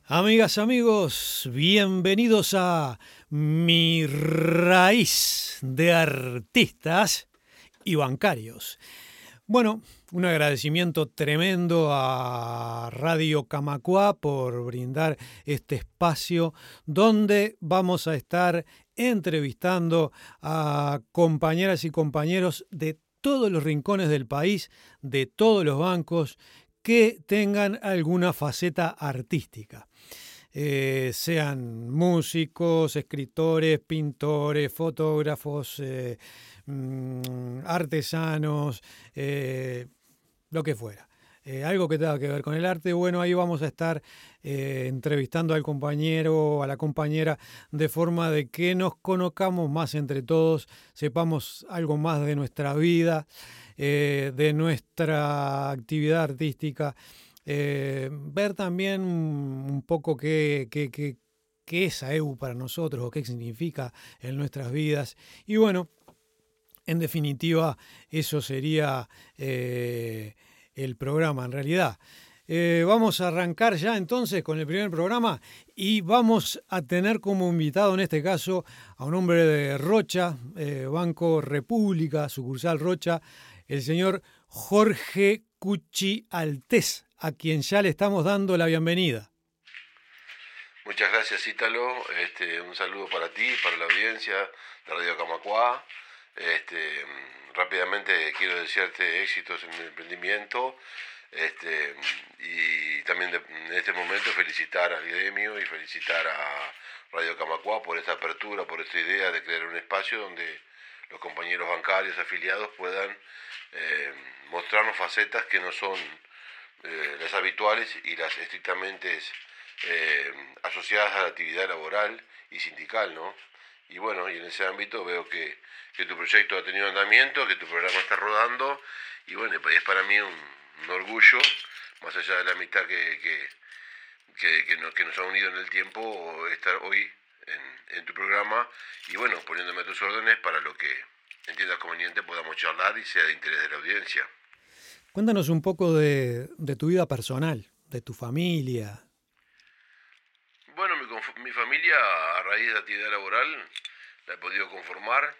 Amigas, amigos, bienvenidos a Mi Raíz de Artistas y Bancarios. Bueno, un agradecimiento tremendo a Radio Camacuá por brindar este espacio donde vamos a estar entrevistando a compañeras y compañeros de todos los rincones del país, de todos los bancos que tengan alguna faceta artística. Sean músicos, escritores, pintores, fotógrafos, artesanos, lo que fuera. Algo que tenga que ver con el arte, bueno, ahí vamos a estar entrevistando al compañero o a la compañera de forma de que nos conozcamos más entre todos, sepamos algo más de nuestra vida, de nuestra actividad artística, ver también un poco qué es AEU para nosotros o qué significa en nuestras vidas. Y bueno, en definitiva, eso sería el programa en realidad. Vamos a arrancar ya entonces con el primer programa y vamos a tener como invitado en este caso a un hombre de Rocha, Banco República, sucursal Rocha, el señor Jorge Cuchi Altés, a quien ya le estamos dando la bienvenida. Muchas gracias, Ítalo. Un saludo para ti, para la audiencia de Radio Camacuá. Rápidamente quiero desearte éxitos en el emprendimiento y también en este momento felicitar al gremio y felicitar a Radio Camacuá por esta apertura, por esta idea de crear un espacio donde los compañeros bancarios afiliados puedan mostrarnos facetas que no son las habituales y las estrictamente asociadas a la actividad laboral y sindical, ¿no? Y bueno, y en ese ámbito veo que tu proyecto ha tenido andamiento, que tu programa está rodando, y bueno, es para mí un orgullo, más allá de la amistad que nos ha unido en el tiempo, estar hoy en tu programa, y bueno, poniéndome a tus órdenes para lo que entiendas conveniente podamos charlar y sea de interés de la audiencia. Cuéntanos un poco de tu vida personal, de tu familia. Bueno, mi familia a raíz de la actividad laboral la he podido conformar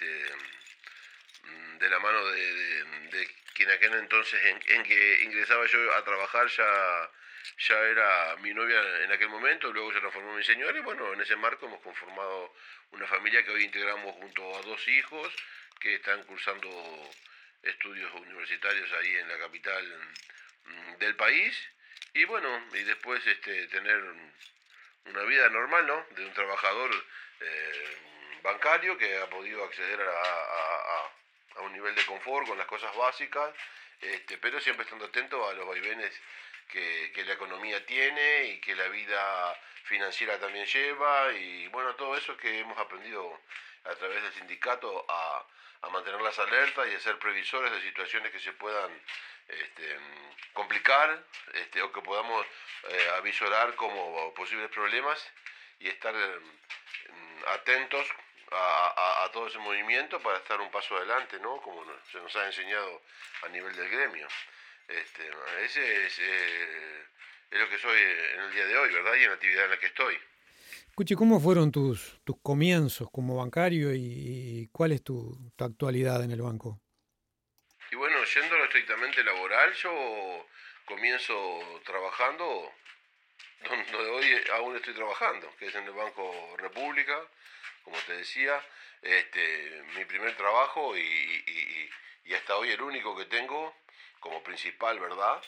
de la mano de quien aquel entonces en que ingresaba yo a trabajar ya era mi novia en aquel momento, luego se transformó en mi señora y bueno, en ese marco hemos conformado una familia que hoy integramos junto a 2 hijos que están cursando estudios universitarios ahí en la capital del país y bueno, y después tener una vida normal, ¿no? De un trabajador bancario que ha podido acceder a un nivel de confort con las cosas básicas, pero siempre estando atento a los vaivenes que la economía tiene y que la vida financiera también lleva y bueno, todo eso que hemos aprendido a través del sindicato a mantener las alertas y a ser previsores de situaciones que se puedan complicar o que podamos avisorar como posibles problemas y estar atentos a todo ese movimiento para estar un paso adelante, ¿no? Como se nos ha enseñado a nivel del gremio. Ese es lo que soy en el día de hoy, ¿verdad? Y en la actividad en la que estoy. Cuchi, ¿cómo fueron tus comienzos como bancario y cuál es tu actualidad en el banco? Y bueno, yendo a lo estrictamente laboral, yo comienzo trabajando donde hoy aún estoy trabajando, que es en el Banco República, como te decía, mi primer trabajo y hasta hoy el único que tengo como principal, ¿verdad?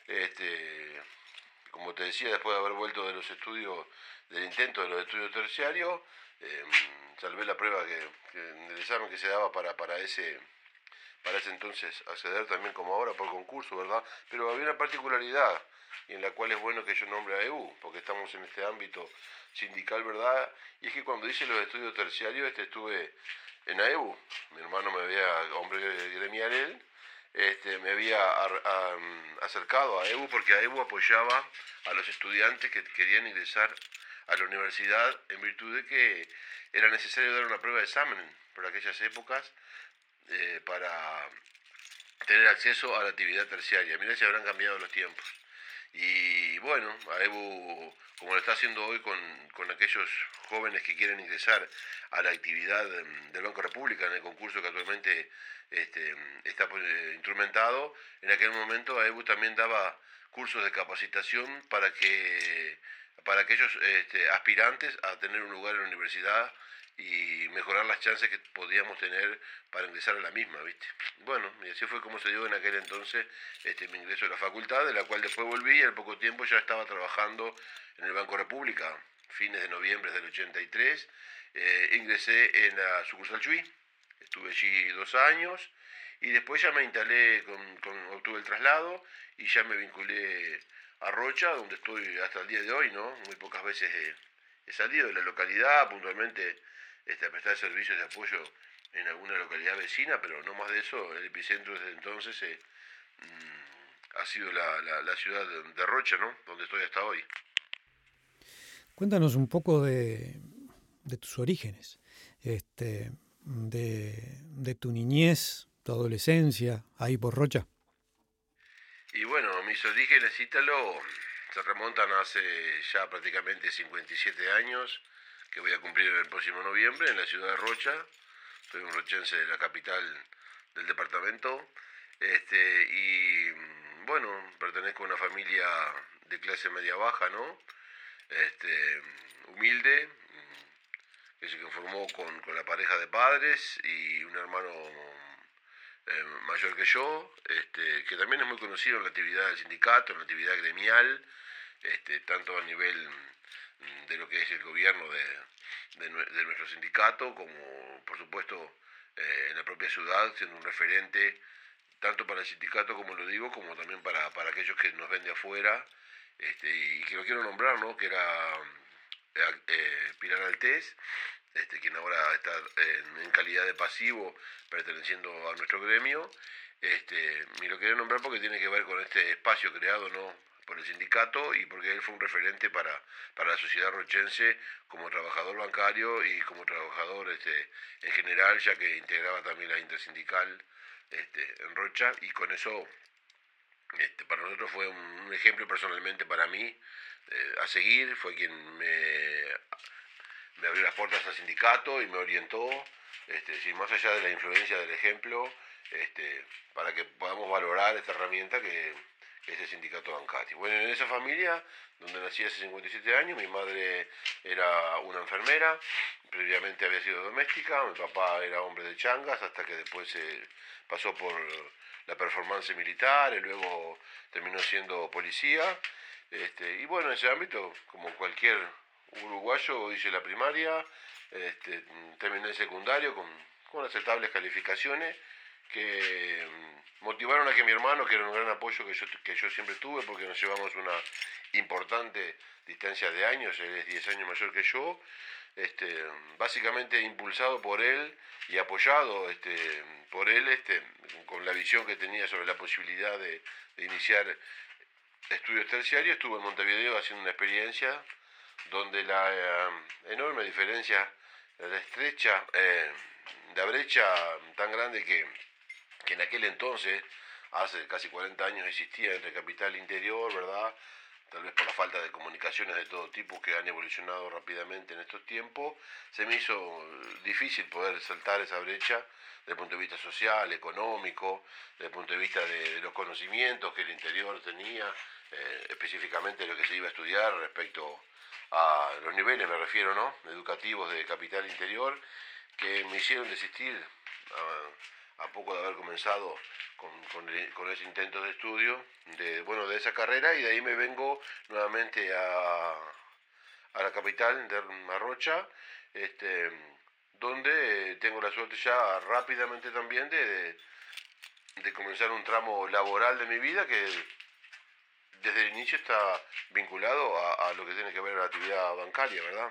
Como te decía, después de haber vuelto de los estudios, del intento de los estudios terciarios, eh, salvé la prueba del examen que se daba para ese entonces acceder también como ahora por concurso, ¿verdad? Pero había una particularidad y en la cual es bueno que yo nombre a AEU, porque estamos en este ámbito sindical, ¿verdad? Y es que cuando hice los estudios terciarios estuve en AEU, mi hermano me había, hombre gremial él, me había acercado a AEU porque AEU apoyaba a los estudiantes que querían ingresar a la universidad en virtud de que era necesario dar una prueba de examen por aquellas épocas para tener acceso a la actividad terciaria. Mirá si habrán cambiado los tiempos. Y bueno, AEBU, como lo está haciendo hoy con aquellos jóvenes que quieren ingresar a la actividad del Banco República en el concurso que actualmente está instrumentado, en aquel momento AEBU también daba cursos de capacitación para aquellos aspirantes a tener un lugar en la universidad y mejorar las chances que podíamos tener para ingresar a la misma, ¿viste? Bueno, y así fue como se dio en aquel entonces mi ingreso a la facultad, de la cual después volví y al poco tiempo ya estaba trabajando en el Banco República, fines de noviembre del 83. Ingresé en la sucursal Chuy, estuve allí 2 años y después ya me instalé, obtuve el traslado y ya me vinculé a Rocha, donde estoy hasta el día de hoy, ¿no? Muy pocas veces he salido de la localidad, puntualmente a prestar servicios de apoyo en alguna localidad vecina, pero no más de eso. El epicentro desde entonces ha sido la ciudad de Rocha, ¿no? Donde estoy hasta hoy. Cuéntanos un poco de tus orígenes, de tu niñez, tu adolescencia, ahí por Rocha. Y bueno, mis orígenes ítalo se remontan hace ya prácticamente 57 años, que voy a cumplir el próximo noviembre en la ciudad de Rocha. Soy un rochense de la capital del departamento. Y bueno, pertenezco a una familia de clase media baja, ¿no? Humilde, que se conformó con la pareja de padres y un hermano mayor que yo, que también es muy conocido en la actividad del sindicato, en la actividad gremial, tanto a nivel de lo que es el gobierno de nuestro sindicato, como por supuesto en la propia ciudad, siendo un referente tanto para el sindicato, como lo digo, como también para aquellos que nos ven de afuera, y que lo quiero nombrar, ¿no? Que era Pilar Altés, quien ahora está en calidad de pasivo perteneciendo a nuestro gremio, y lo quiero nombrar porque tiene que ver con este espacio creado, ¿no?, por el sindicato y porque él fue un referente para la sociedad rochense como trabajador bancario y como trabajador en general, ya que integraba también la intersindical en Rocha, y con eso para nosotros fue un ejemplo personalmente para mí a seguir. Fue quien me abrió las puertas al sindicato y me orientó, sin más allá de la influencia del ejemplo, para que podamos valorar esta herramienta que es el sindicato Ancati. Bueno, en esa familia, donde nací hace 57 años, mi madre era una enfermera, previamente había sido doméstica, mi papá era hombre de changas, hasta que después pasó por la performance militar y luego terminó siendo policía. Y bueno, en ese ámbito, como cualquier uruguayo, hice la primaria, terminé el secundario con aceptables calificaciones que motivaron a que mi hermano, que era un gran apoyo que yo siempre tuve, porque nos llevamos una importante distancia de años, él es 10 años mayor que yo, básicamente impulsado por él y apoyado por él, con la visión que tenía sobre la posibilidad de iniciar estudios terciarios, estuvo en Montevideo haciendo una experiencia donde la enorme diferencia, la estrecha, la brecha tan grande que en aquel entonces, hace casi 40 años, existía entre capital e interior, ¿verdad? Tal vez por la falta de comunicaciones de todo tipo que han evolucionado rápidamente en estos tiempos, se me hizo difícil poder saltar esa brecha desde el punto de vista social, económico, desde el punto de vista de los conocimientos que el interior tenía, específicamente lo que se iba a estudiar respecto a los niveles, me refiero, ¿no?, educativos de capital interior, que me hicieron desistir a poco de haber comenzado con ese intento de estudio de esa carrera, y de ahí me vengo nuevamente a la capital, de Rocha, donde tengo la suerte ya rápidamente también de comenzar un tramo laboral de mi vida que desde el inicio está vinculado a lo que tiene que ver la actividad bancaria, ¿verdad?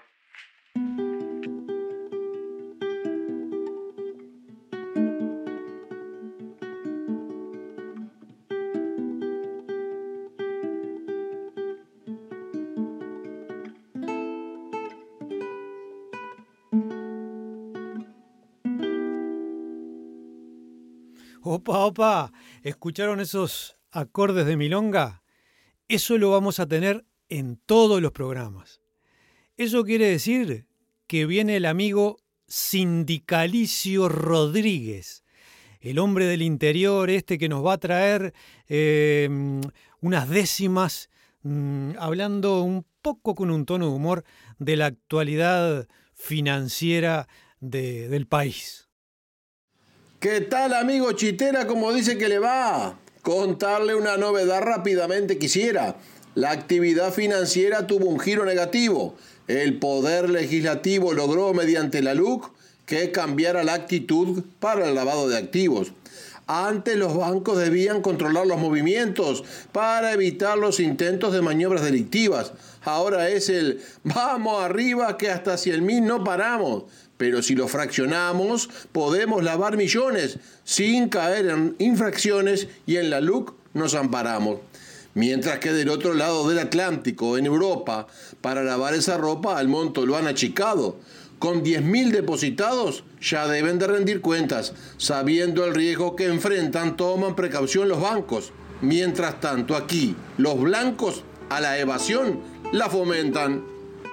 Opa, opa, ¿escucharon esos acordes de milonga? eso lo vamos a tener en todos los programas. Eso quiere decir que viene el amigo Sindicalicio Rodríguez, el hombre del interior que nos va a traer unas décimas, hablando un poco con un tono de humor de la actualidad financiera del país. ¿Qué tal, amigo Chitera? ¿Cómo dice que le va? Contarle una novedad rápidamente quisiera. La actividad financiera tuvo un giro negativo. El Poder Legislativo logró mediante la LUC que cambiara la actitud para el lavado de activos. Antes los bancos debían controlar los movimientos para evitar los intentos de maniobras delictivas. Ahora es el vamos arriba que hasta 100.000 no paramos. Pero si lo fraccionamos, podemos lavar millones sin caer en infracciones y en la LUC nos amparamos. Mientras que del otro lado del Atlántico, en Europa, para lavar esa ropa al monto lo han achicado. Con 10.000 depositados ya deben de rendir cuentas. Sabiendo el riesgo que enfrentan, toman precaución los bancos. Mientras tanto, aquí, los blancos a la evasión la fomentan.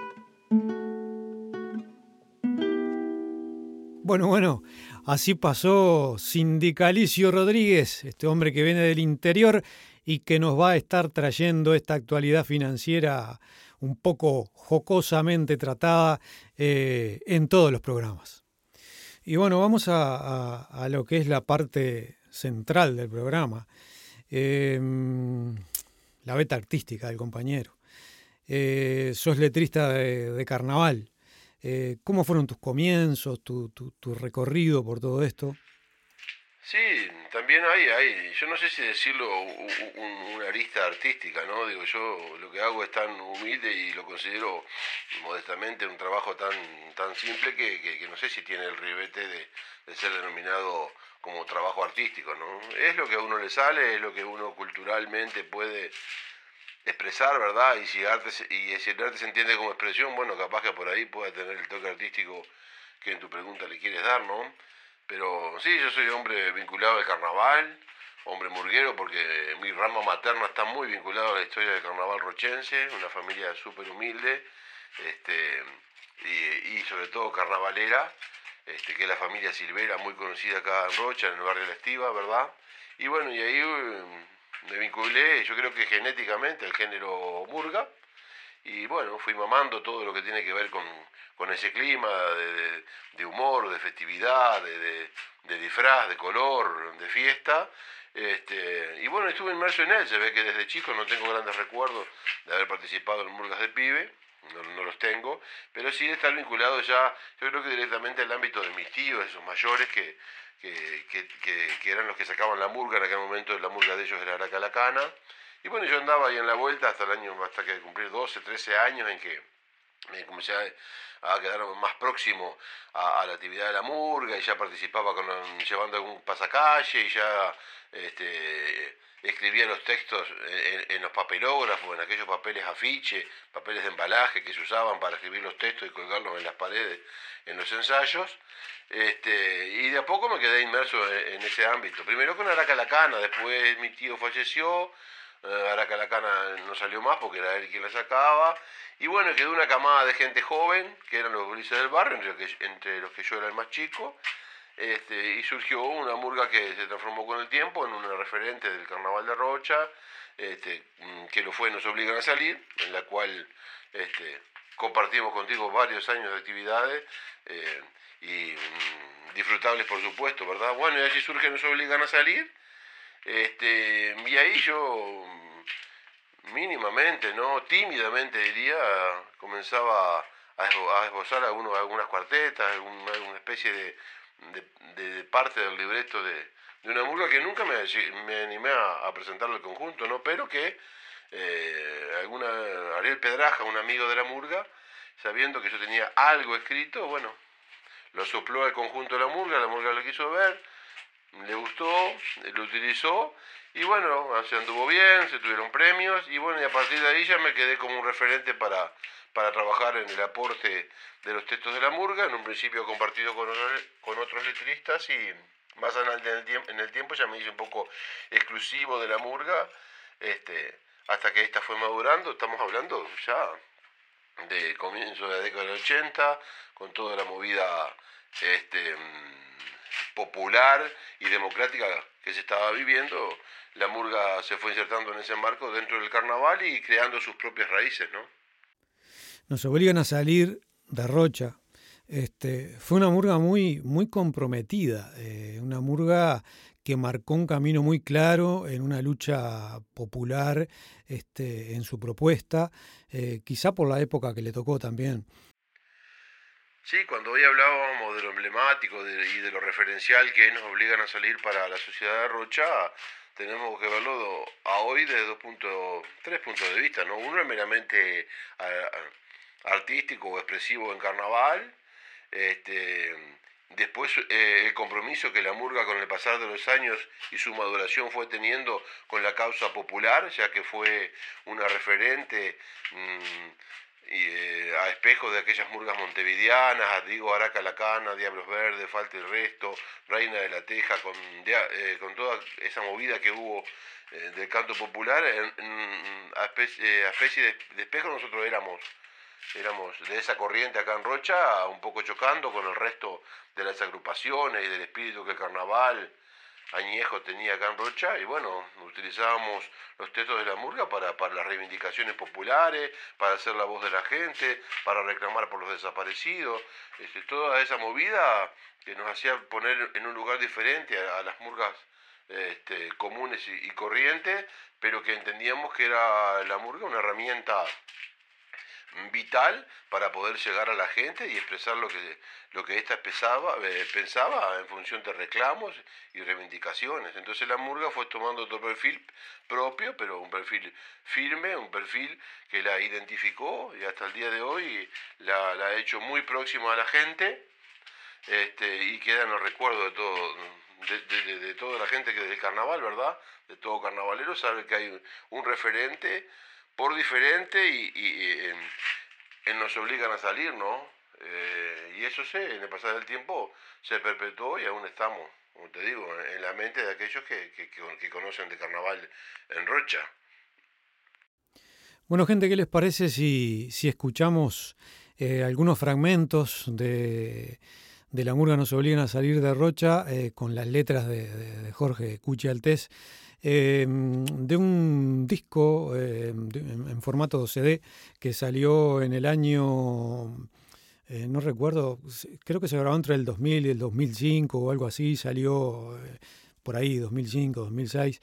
Bueno, así pasó Sindicalicio Rodríguez, este hombre que viene del interior y que nos va a estar trayendo esta actualidad financiera un poco jocosamente tratada en todos los programas. Y bueno, vamos a lo que es la parte central del programa, la beta artística del compañero. Sos letrista de carnaval. ¿Cómo fueron tus comienzos, tu recorrido por todo esto? Sí, también hay, yo no sé si decirlo una arista artística, ¿no? Digo, yo lo que hago es tan humilde y lo considero modestamente un trabajo tan simple que no sé si tiene el ribete de ser denominado como trabajo artístico, ¿no? Es lo que a uno le sale, es lo que uno culturalmente puede expresar, ¿verdad? Y si el arte se entiende como expresión, bueno, capaz que por ahí pueda tener el toque artístico que en tu pregunta le quieres dar, ¿no? Pero sí, yo soy hombre vinculado al carnaval, hombre murguero, porque mi rama materna está muy vinculada a la historia del carnaval rochense, una familia súper humilde, y sobre todo carnavalera, que es la familia Silvera, muy conocida acá en Rocha, en el barrio La Estiva, ¿verdad? Y bueno, y ahí me vinculé, yo creo que genéticamente, al género murga, y bueno, fui mamando todo lo que tiene que ver con ese clima de humor, de festividad, de disfraz, de color, de fiesta. Y bueno, estuve inmerso en él. Se ve que desde chico no tengo grandes recuerdos de haber participado en murgas de pibe, no los tengo, pero sí de estar vinculado ya, yo creo que directamente al ámbito de mis tíos, esos mayores que eran los que sacaban la murga. En aquel momento la murga de ellos era Aracalacana. Y bueno, yo andaba ahí en la vuelta hasta que cumplir 12, 13 años, en que me comencé a quedar más próximo a la actividad de la murga, y ya participaba llevando algún pasacalle, y ya escribía los textos en los papelógrafos, en aquellos papeles afiche, papeles de embalaje que se usaban para escribir los textos y colgarlos en las paredes en los ensayos. Y de a poco me quedé inmerso en ese ámbito. Primero con Aracalacana, después mi tío falleció. Aracalacana no salió más porque era él quien la sacaba. Y bueno, quedó una camada de gente joven, que eran los gurises del barrio, entre los que yo era el más chico. Y surgió una murga que se transformó con el tiempo en una referente del carnaval de Rocha, que lo fue Nos Obligan a Salir, en la cual compartimos contigo varios años de actividades, y disfrutables, por supuesto, ¿verdad? Bueno, y allí surge Nos Obligan a Salir. Y ahí yo mínimamente, no tímidamente diría, comenzaba a esbozar algunas cuartetas, alguna especie de parte del libreto de una murga que nunca me animé a presentarlo al conjunto, ¿no? Pero que Ariel Pedraja, un amigo de la murga, sabiendo que yo tenía algo escrito, bueno, lo sopló al conjunto de la murga lo quiso ver, le gustó, lo utilizó, y bueno, se anduvo bien, se tuvieron premios, y bueno, y a partir de ahí ya me quedé como un referente para trabajar en el aporte de los textos de la murga, en un principio compartido con otros letristas, y más adelante en el tiempo ya me hice un poco exclusivo de la murga, hasta que esta fue madurando. Estamos hablando ya de comienzo de la década del 80, con toda la movida popular y democrática que se estaba viviendo. La murga se fue insertando en ese marco dentro del carnaval y creando sus propias raíces, ¿no? Nos obligan a salir de Rocha. Fue una murga muy, muy comprometida, una murga que marcó un camino muy claro en una lucha popular en su propuesta, quizá por la época que le tocó también. Sí, cuando hoy hablábamos de lo emblemático y de lo referencial que nos obligan a salir para la sociedad de Rocha, tenemos que verlo a hoy desde tres puntos de vista, ¿no? Uno es meramente artístico o expresivo en carnaval. Después el compromiso que la murga con el pasar de los años y su maduración fue teniendo con la causa popular, ya que fue una referente a espejo de aquellas murgas montevideanas, Diego Araca la Cana, Diablos Verdes, Falta el Resto, Reina de la Teja, con toda esa movida que hubo del canto popular, a especie de espejo nosotros éramos de esa corriente acá en Rocha, un poco chocando con el resto de las agrupaciones y del espíritu que el carnaval añejo tenía acá en Rocha, y bueno, utilizábamos los textos de la murga para las reivindicaciones populares, para hacer la voz de la gente, para reclamar por los desaparecidos, toda esa movida que nos hacía poner en un lugar diferente a las murgas comunes y corrientes, pero que entendíamos que era la murga una herramienta vital para poder llegar a la gente y expresar lo que ésta pensaba en función de reclamos y reivindicaciones. Entonces la murga fue tomando otro perfil propio, pero un perfil firme, un perfil que la identificó y hasta el día de hoy la ha hecho muy próxima a la gente, y queda en el recuerdo de toda la gente que del carnaval, ¿verdad? De todo carnavalero sabe que hay un referente por diferente y nos obligan a salir, ¿no? Y eso en el pasar del tiempo se perpetuó y aún estamos, como te digo, en la mente de aquellos que conocen de carnaval en Rocha. Bueno, gente, ¿qué les parece si escuchamos algunos fragmentos de La murga nos obligan a salir de Rocha con las letras de Jorge Cuchi Altés? De un disco en formato CD que salió en el año, no recuerdo, creo que se grabó entre el 2000 y el 2005 o algo así, salió por ahí 2005, 2006.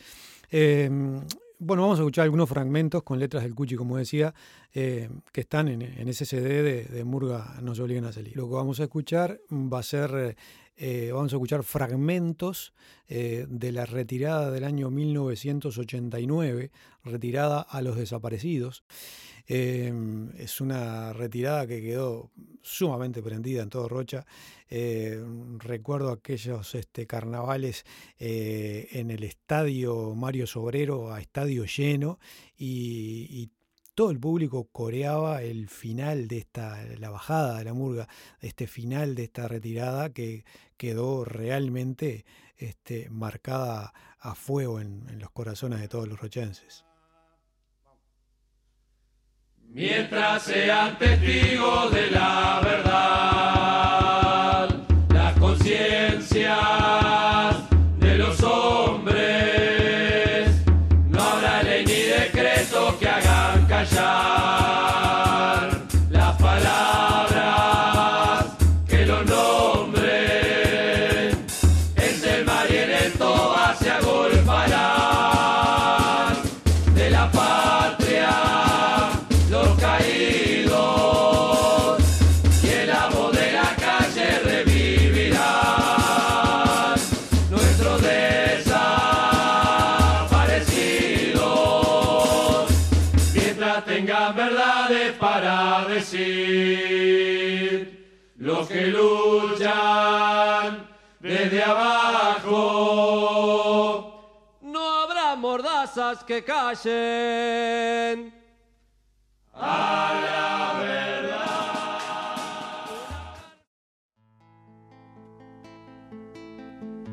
Bueno, vamos a escuchar algunos fragmentos con letras del Cuchi, como decía, que están en ese CD de Murga nos obligan a salir. Lo que vamos a escuchar va a ser... vamos a escuchar fragmentos de la retirada del año 1989, retirada a los desaparecidos. Es una retirada que quedó sumamente prendida en todo Rocha. Recuerdo aquellos carnavales en el estadio Mario Sobrero, a estadio lleno, y todo el público coreaba el final de la bajada de la murga, este final de esta retirada que quedó realmente marcada a fuego en los corazones de todos los rochenses. Mientras sean testigos de la verdad, las conciencias de los hombres, no habrá ley ni decreto que hagan callar las palabras que los nombren. En Selmar y en el Toba se agolparán de la patria los caídos, y en la voz de la calle revivirán nuestros desaparecidos, mientras tengan verdades para decir los que luchan desde abajo. No habrá mordazas que callen a la verdad.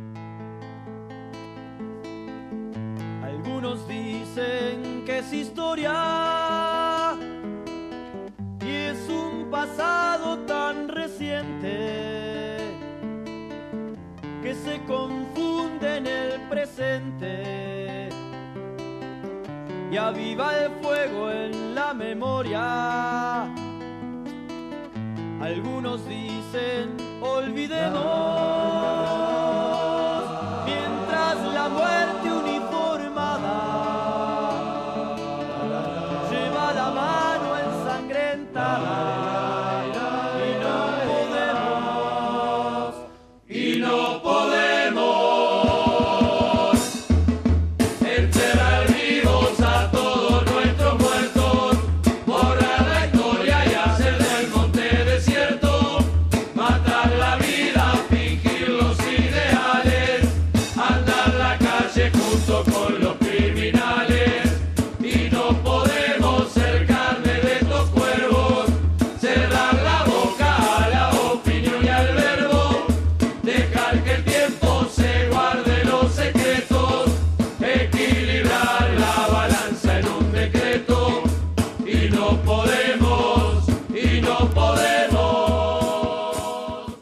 Algunos dicen que es historia memoria y es un pasado tan reciente que se confunde en el presente y aviva el fuego en la memoria. Algunos dicen olvidemos, mientras la muerte uniformada lleva la mano ensangrentada y no podemos enterrar vivos a todos nuestros muertos, borrar la historia y hacer del monte desierto, matar la vida, fingir los ideales, andar la calle junto con los criminales, y no podemos ser carne de estos cuervos, cerrar la boca a la opinión y al verbo, dejar que el tiempo se guarde los secretos, equilibrar la balanza en un decreto, y no podemos, y no podemos.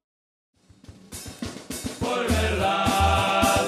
Por verdad,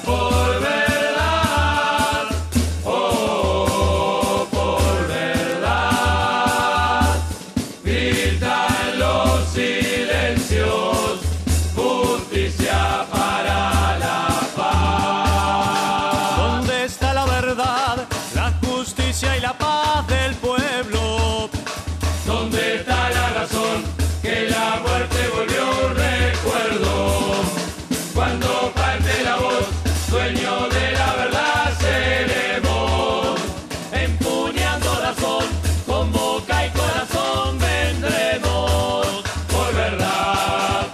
oh, por verdad, gritan los silencios, justicia para la paz. ¿Dónde está la verdad, la justicia y la paz del pueblo? ¿Dónde está la razón que la muerte volvió un recuerdo? Cuando falte la voz, dueño de la verdad seremos, empuñando razón, con boca y corazón vendremos. Por verdad,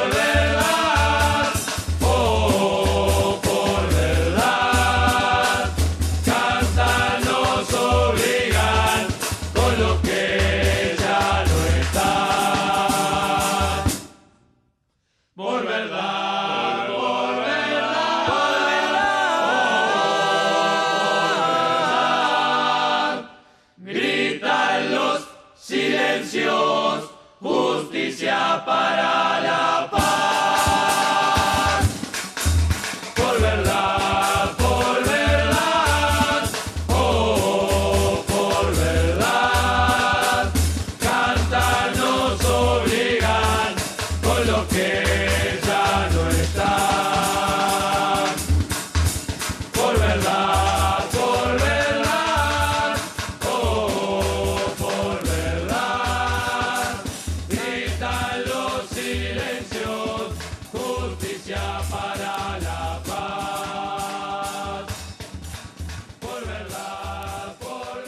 oh, por verdad, cantar nos obligan con lo que ya no está. Por verdad, por verdad, gritan los silencios, justicia para la paz. Por verdad, oh, por verdad, cantar nos obligan con lo que ya no está. Por verdad, oh, por verdad, gritan los silencios, justicia para la paz. Por verdad,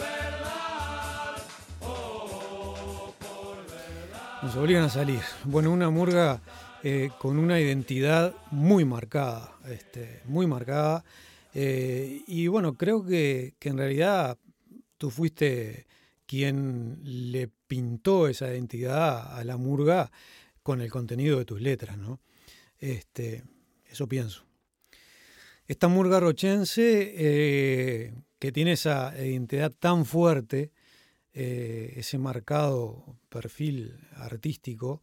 oh, por verdad. Nos obligan a salir. Bueno, una murga con una identidad muy marcada, muy marcada. Y bueno, creo que en realidad tú fuiste quien le pintó esa identidad a la murga con el contenido de tus letras, ¿no? Eso pienso. Esta murga rochense que tiene esa identidad tan fuerte, ese marcado perfil artístico,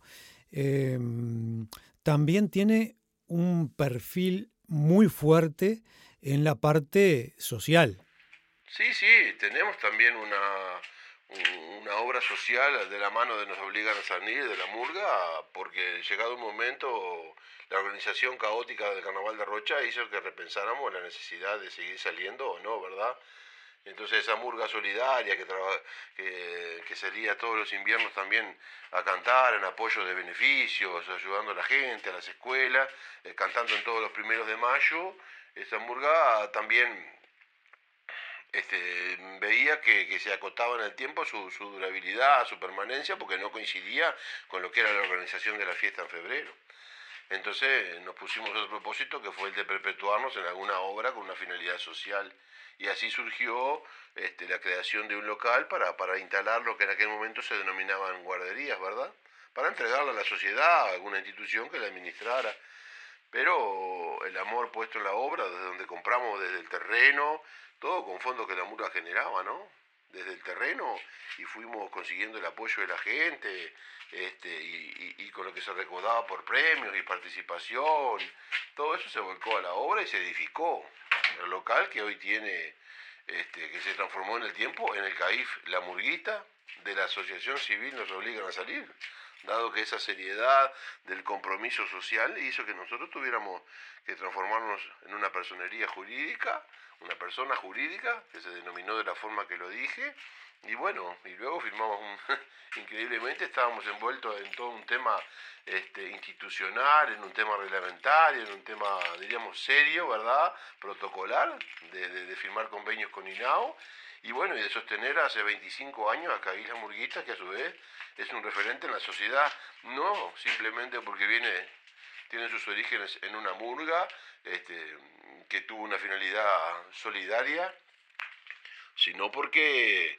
también tiene un perfil muy fuerte en la parte social. Sí, tenemos también una obra social de la mano de Nos Obligan a Salir, de la murga, porque llegado un momento la organización caótica del Carnaval de Rocha hizo que repensáramos la necesidad de seguir saliendo o no, ¿verdad? Entonces esa murga solidaria que salía todos los inviernos también a cantar en apoyo de beneficios, ayudando a la gente, a las escuelas, cantando en todos los 1 de mayo, esa murga también veía que se acotaba en el tiempo su durabilidad, su permanencia, porque no coincidía con lo que era la organización de la fiesta en febrero. Entonces nos pusimos otro propósito, que fue el de perpetuarnos en alguna obra con una finalidad social. Y así surgió la creación de un local para instalar lo que en aquel momento se denominaban guarderías, ¿verdad? Para entregarla a la sociedad, a alguna institución que la administrara. Pero el amor puesto en la obra, desde donde compramos, desde el terreno, todo con fondos que la murga generaba, ¿no? desde el terreno y fuimos consiguiendo el apoyo de la gente, y con lo que se recaudaba por premios y participación, todo eso se volcó a la obra y se edificó el local que hoy tiene, que se transformó en el tiempo en el CAIF La Murguita de la Asociación Civil Nos Obligan a Salir, dado que esa seriedad del compromiso social hizo que nosotros tuviéramos que transformarnos en una personería jurídica, una persona jurídica que se denominó de la forma que lo dije, y bueno, y luego firmamos increíblemente estábamos envueltos en todo un tema institucional, en un tema reglamentario, en un tema, diríamos, serio, ¿verdad?, protocolar, de firmar convenios con INAO, y bueno, y de sostener hace 25 años a CAIF La Murguita, que a su vez es un referente en la sociedad, no simplemente porque tiene sus orígenes en una murga, que tuvo una finalidad solidaria, sino porque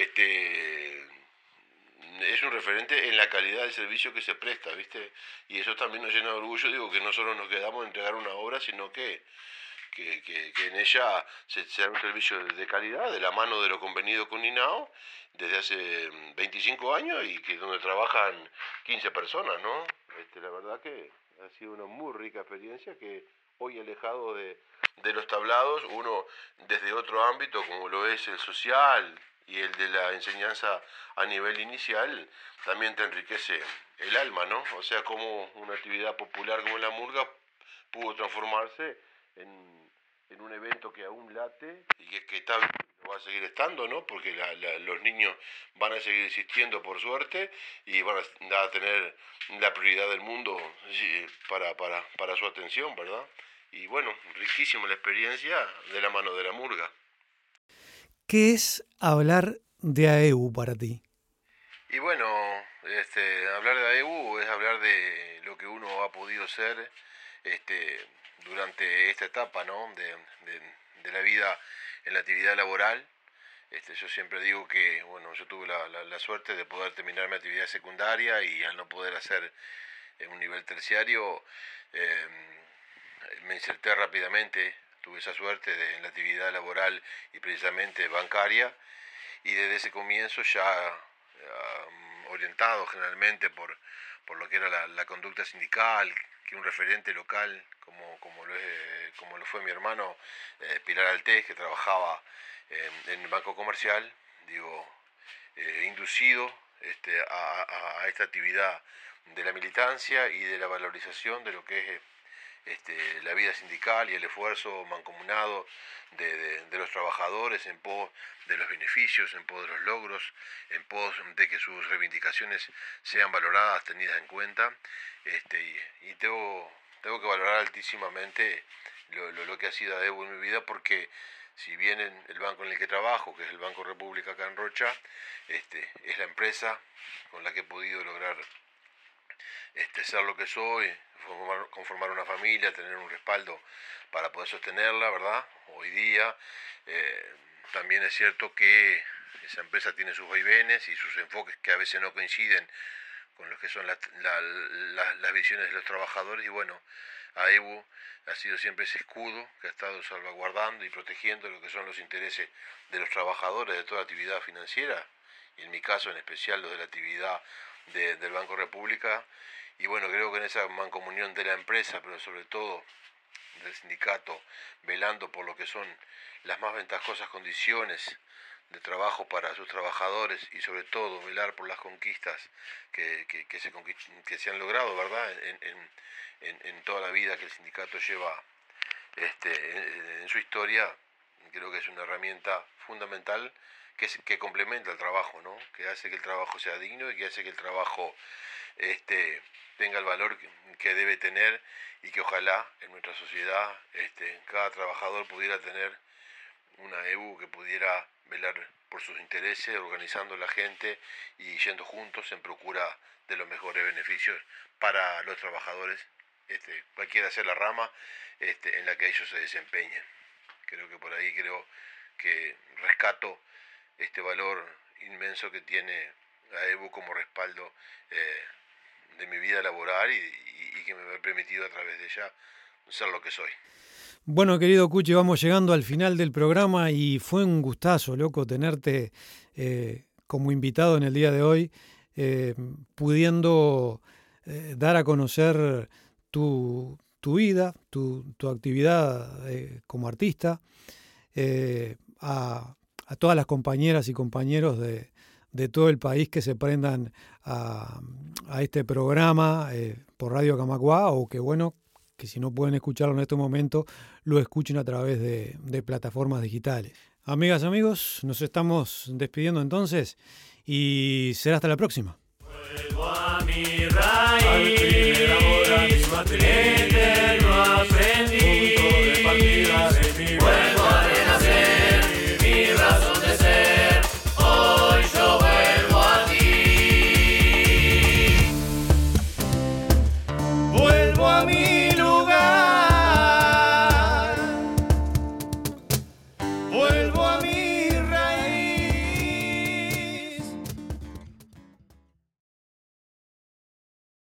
es un referente en la calidad del servicio que se presta, ¿viste? Y eso también nos llena de orgullo, digo, que no solo nos quedamos en entregar una obra, sino que en ella se da un servicio de calidad, de la mano de lo convenido con INAO, desde hace 25 años y que donde trabajan 15 personas, ¿no? La verdad que ha sido una muy rica experiencia que hoy alejado de los tablados, uno desde otro ámbito como lo es el social y el de la enseñanza a nivel inicial, también te enriquece el alma, ¿no? O sea, como una actividad popular como la murga pudo transformarse en un evento que aún late y que está, va a seguir estando, ¿no? Porque los niños van a seguir existiendo por suerte y van a tener la prioridad del mundo para su atención, ¿verdad? Y bueno, riquísima la experiencia de la mano de la murga. ¿Qué es hablar de AEU para ti? Y bueno, hablar de AEU es hablar de lo que uno ha podido ser durante esta etapa, ¿no?, de la vida en la actividad laboral. Yo siempre digo que, bueno, yo tuve la suerte de poder terminar mi actividad secundaria y al no poder hacer un nivel terciario, me inserté rápidamente, tuve esa suerte en la actividad laboral y precisamente bancaria, y desde ese comienzo ya orientado generalmente por lo que era la conducta sindical, que un referente local como lo fue mi hermano Pilar Altés, que trabajaba en el Banco Comercial, inducido a esta actividad de la militancia y de la valorización de lo que es la vida sindical y el esfuerzo mancomunado de los trabajadores en pos de los beneficios, en pos de los logros, en pos de que sus reivindicaciones sean valoradas, tenidas en cuenta, y tengo que valorar altísimamente lo que ha sido AEU en mi vida, porque si bien el banco en el que trabajo, que es el Banco República acá en Rocha, es la empresa con la que he podido lograr ser lo que soy, conformar una familia, tener un respaldo para poder sostenerla, ¿verdad? Hoy día también es cierto que esa empresa tiene sus vaivenes y sus enfoques que a veces no coinciden con lo que son las visiones de los trabajadores, y bueno, AEU ha sido siempre ese escudo que ha estado salvaguardando y protegiendo lo que son los intereses de los trabajadores de toda actividad financiera, y en mi caso en especial los de la actividad del Banco República. Y bueno, creo que en esa mancomunión de la empresa, pero sobre todo del sindicato, velando por lo que son las más ventajosas condiciones de trabajo para sus trabajadores y sobre todo velar por las conquistas que se han logrado, ¿verdad?, en toda la vida que el sindicato lleva en su historia, creo que es una herramienta fundamental que complementa el trabajo, ¿no?, que hace que el trabajo sea digno y que hace que el trabajo tenga el valor que debe tener, y que ojalá en nuestra sociedad cada trabajador pudiera tener una AEU que pudiera velar por sus intereses, organizando a la gente y yendo juntos en procura de los mejores beneficios para los trabajadores, cualquiera sea la rama en la que ellos se desempeñen. Creo que por ahí que rescato este valor inmenso que tiene AEU como respaldo de mi vida laboral y que me ha permitido a través de ella ser lo que soy. Bueno, querido Cuchi, vamos llegando al final del programa y fue un gustazo, loco, tenerte como invitado en el día de hoy, pudiendo dar a conocer tu vida, tu actividad como artista, a todas las compañeras y compañeros de todo el país que se prendan a este programa por Radio Camacuá, o que bueno, que si no pueden escucharlo en este momento, lo escuchen a través de plataformas digitales. Amigas, amigos, nos estamos despidiendo entonces y será hasta la próxima. Vuelvo a mi raíz, al primer amor, a mi matriz, eterno aprendiz, punto de partida de mi vida. Vuelvo a renacer, mi razón de ser, hoy yo vuelvo a ti. Vuelvo a mi